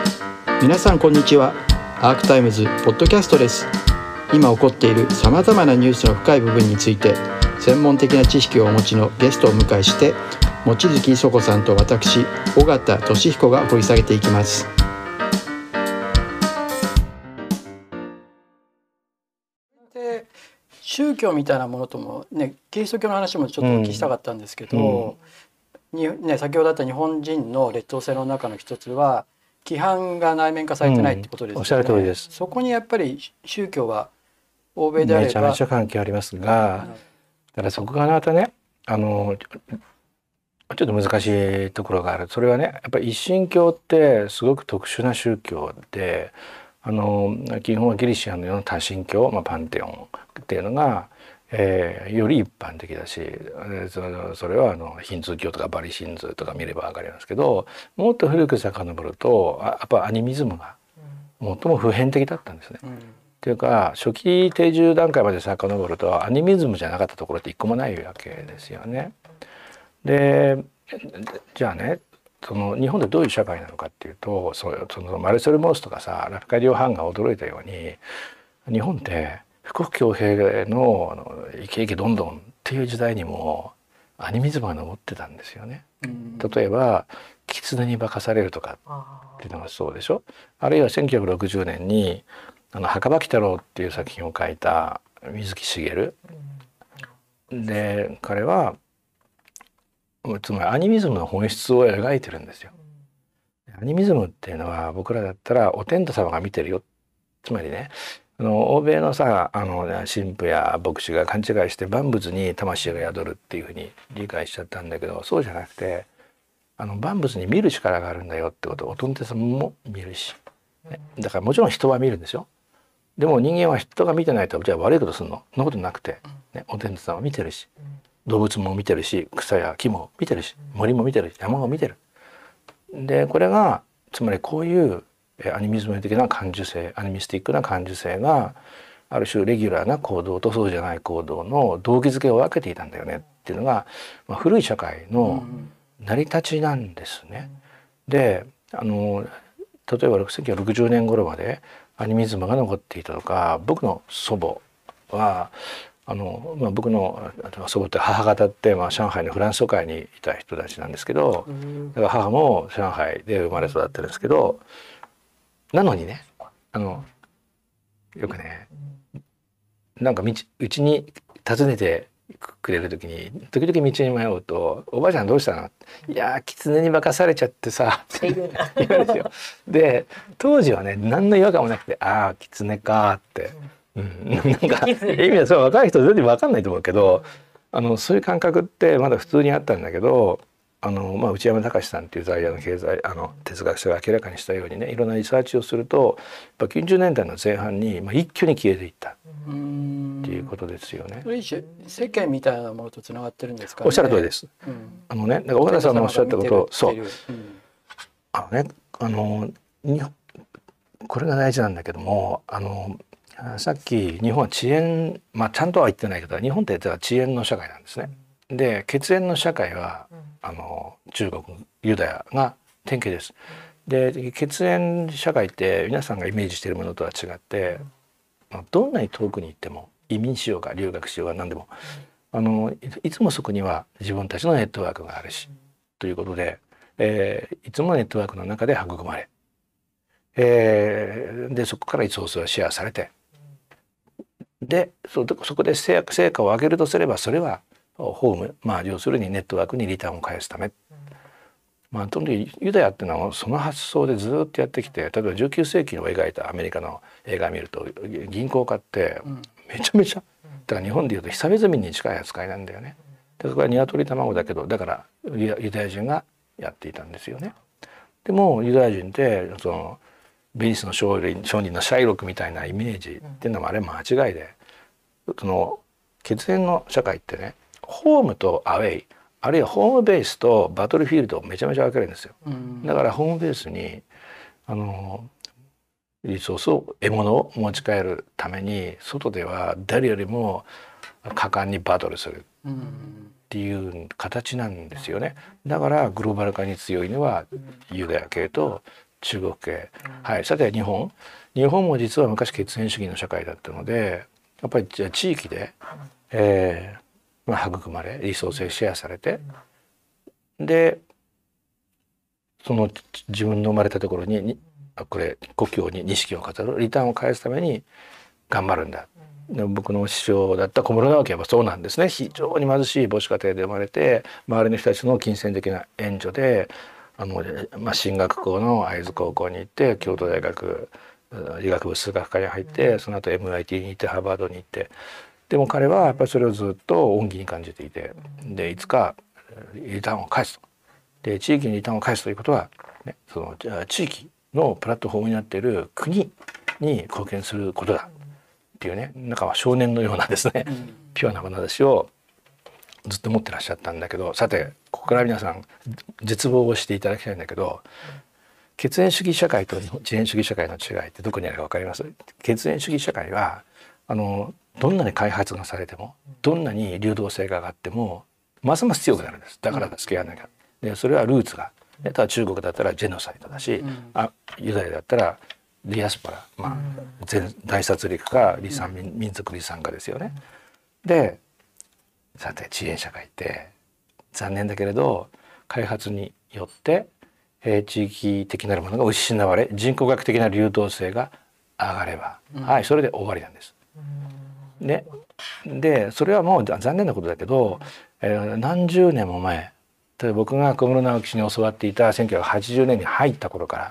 皆さんこんにちは。アークタイムズポッドキャストです。今起こっているさまざまなニュースの深い部分について専門的な知識をお持ちのゲストをお迎えして望月磯子さんと私尾形俊彦が掘り下げていきます。で宗教みたいなものともね、キリスト教の話もちょっとお聞きしたかったんですけど、先ほどあった日本人の劣等生の中の一つは規範が内面化されてないってことですよね。 おっしゃる通りです。 そこにやっぱり宗教は欧米であればめちゃめちゃ関係ありますが、だからそこがまたね、ちょっと難しいところがある。それはね、やっぱり一神教ってすごく特殊な宗教で、基本はギリシアのような多神教、パンテオンっていうのが、より一般的だし、それはヒンズー教とかバリヒンズーとか見れば分かりますけど、もっと古く遡るとやっぱアニミズムが最も普遍的だったんですね。っていうか初期定住段階まで遡るとアニミズムじゃなかったところって一個もないわけですよね。でじゃあね、その日本でどういう社会なのかっていうと、そのマルセル・モースとかさラフカディオ・ハンが驚いたように、日本って富国強兵のイケイケどんどんっていう時代にもアニミズムが残ってたんですよね。例えば狐に化かされるとかっていうのがそうでしょ。あるいは1960年に墓場鬼太郎っていう作品を書いた水木しげるで、彼はつまりアニミズムの本質を描いてるんですよ。アニミズムっていうのは僕らだったらお天道様が見てるよ、つまりね、欧米のさ神父や牧師が勘違いして万物に魂が宿るっていうふうに理解しちゃったんだけど、そうじゃなくて万物に見る力があるんだよってことをお天道様も見るし、だからもちろん人は見るんですよ。でも人間は人が見てないとじゃあ悪いことするの？そんなことなくて、お天道様は見てるし、動物も見てるし、草や木も見てるし、森も見てるし、山も見てる。でこれがつまりこういうアニミズム的な感受性、アニミスティックな感受性がある種レギュラーな行動とそうじゃない行動の動機づけを分けていたんだよねっていうのが、古い社会の成り立ちなんですね。で例えば1960年頃までアニミズムが残っていたとか、僕の祖母は僕の祖母って母方って、上海のフランス疎開にいた人たちなんですけど、だから母も上海で生まれ育ってるんですけど、なのにねよくねなんかうちに訪ねてくれる時に時々道に迷うと「おばあちゃんどうしたの？」いや狐に化かされちゃってさ」って言うんですよ。で当時はね何の違和感もなくて「ああ狐か」って。なんか意味はそう若い人全然分かんないと思うけど、そういう感覚ってまだ普通にあったんだけど、内山隆さんっていう在野の経済哲学者が明らかにしたようにね、いろんなリサーチをするとやっぱ90年代の前半に、一挙に消えていったっていうことですよね。 世間みたいなものとつながってるんですかね。 おっしゃる通りです。だから小原さんのおっしゃったことそうこれが大事なんだけども、さっき日本は遅延ちゃんとは言ってないけど日本って遅延の社会なんですね。で血縁の社会は中国ユダヤが典型です。で血縁社会って皆さんがイメージしているものとは違って、どんなに遠くに行っても移民しようが留学しようが何でもいつもそこには自分たちのネットワークがあるし、ということで、いつもネットワークの中で育まれ、でそこからリソースはシェアされて、でそこで成果を上げるとすればそれはホーム、要するにネットワークにリターンを返すため、とにかくユダヤっていうのはその発想でずっとやってきて、例えば19世紀を描いたアメリカの映画を見ると銀行家ってめちゃめちゃだから日本でいうと被差別民に近い扱いなんだよね。でそこは鶏卵だけどだからユダヤ人がやっていたんですよね。でもユダヤ人ってそのベニスの商人のシャイロックみたいなイメージっていうのもあれ間違いで、その血縁の社会ってね、ホームとアウェイあるいはホームベースとバトルフィールドをめちゃめちゃ分けるんですよ。だからホームベースにリソースを獲物を持ち帰るために外では誰よりも果敢にバトルするっていう形なんですよね。だからグローバル化に強いのはユダヤ系と中国系。はい、さて日本も実は昔血縁主義の社会だったので、やっぱりじゃあ地域で、育まれリソースがシェアされて、でその自分の生まれたところにこれ故郷に錦を飾るリターンを返すために頑張るんだ。で僕の師匠だった小室直樹はそうなんですね。非常に貧しい母子家庭で生まれて、周りの人たちの金銭的な援助で進学校の会津高校に行って京都大学理学部数学科に入って、その後 MIT に行ってハーバードに行って、でも彼はやっぱりそれをずっと恩義に感じていて、でいつかリターンを返すと。で地域にリターンを返すということは、ね、その地域のプラットフォームになっている国に貢献することだっていうね、なんか少年のようなですね、ピュアな眼差しをずっと持ってらっしゃったんだけど、さてここから皆さん絶望をしていただきたいんだけど、血縁主義社会と地縁主義社会の違いってどこにあるか分かります？血縁主義社会はどんなに開発がされても、どんなに流動性が上がってもますます強くなるんです。だから助け合わなきゃ。でそれはルーツが、ただ中国だったらジェノサイドだし、ユダヤだったらディアスポラ、大殺戮か民族離散かですよね。でさて地縁社会って残念だけれど開発によって地域的なるものが失われ、人口学的な流動性が上がれば、それで終わりなんです。でそれはもう残念なことだけど、何十年も前、例えば僕が小室直樹氏に教わっていた1980年に入った頃から、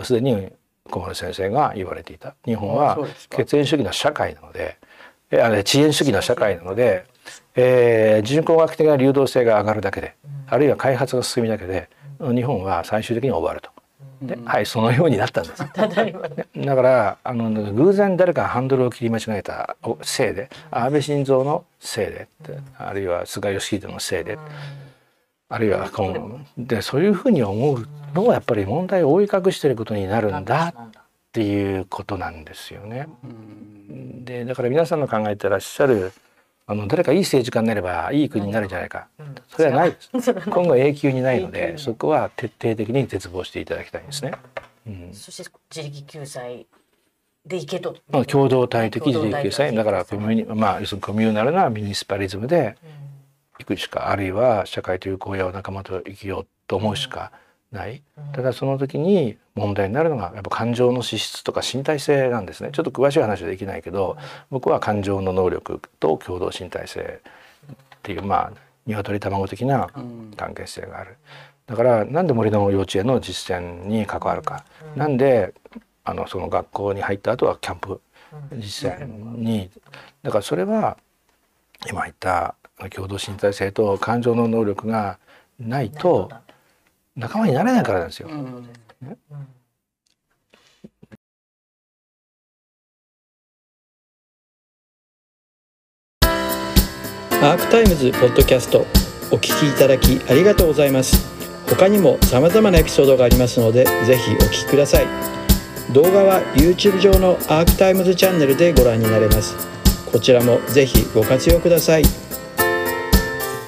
すでに小室先生が言われていた、日本は血縁主義の社会なので、地縁主義の社会なので、人口学的な流動性が上がるだけで、あるいは開発が進みだけで日本は最終的に終わると。でそのようになったんです。だから偶然誰かがハンドルを切り間違えたせいで、安倍晋三のせいで、あるいは菅義偉のせいで、あるいはでそういうふうに思うのはやっぱり問題を覆い隠していることになるんだっていうことなんですよね。でだから皆さんの考えてらっしゃる誰かいい政治家になればいい国になるんじゃないか、それはないです。今後永久にないので、そこは徹底的に絶望していただきたいんですね。 そして自力救済でいけと。 共同体的自力救済だから要するにコミューナルなミニスパリズムでいくしか、あるいは社会という荒野を仲間と生きようと思うしかない。ただその時に問題になるのがやっぱ感情の資質とか身体性なんですね。ちょっと詳しい話はできないけど、僕は感情の能力と共同身体性っていう鶏卵的な関係性がある。だからなんで森の幼稚園の実践に関わるか、なんでその学校に入った後はキャンプ実践に、だからそれは今言った共同身体性と感情の能力がないと仲間になれないからなんですよ。 アークタイムズポッドキャストお聞きいただきありがとうございます。他にも様々なエピソードがありますので、ぜひお聞きください。動画は YouTube 上のアークタイムズチャンネルでご覧になれます。こちらもぜひご活用ください。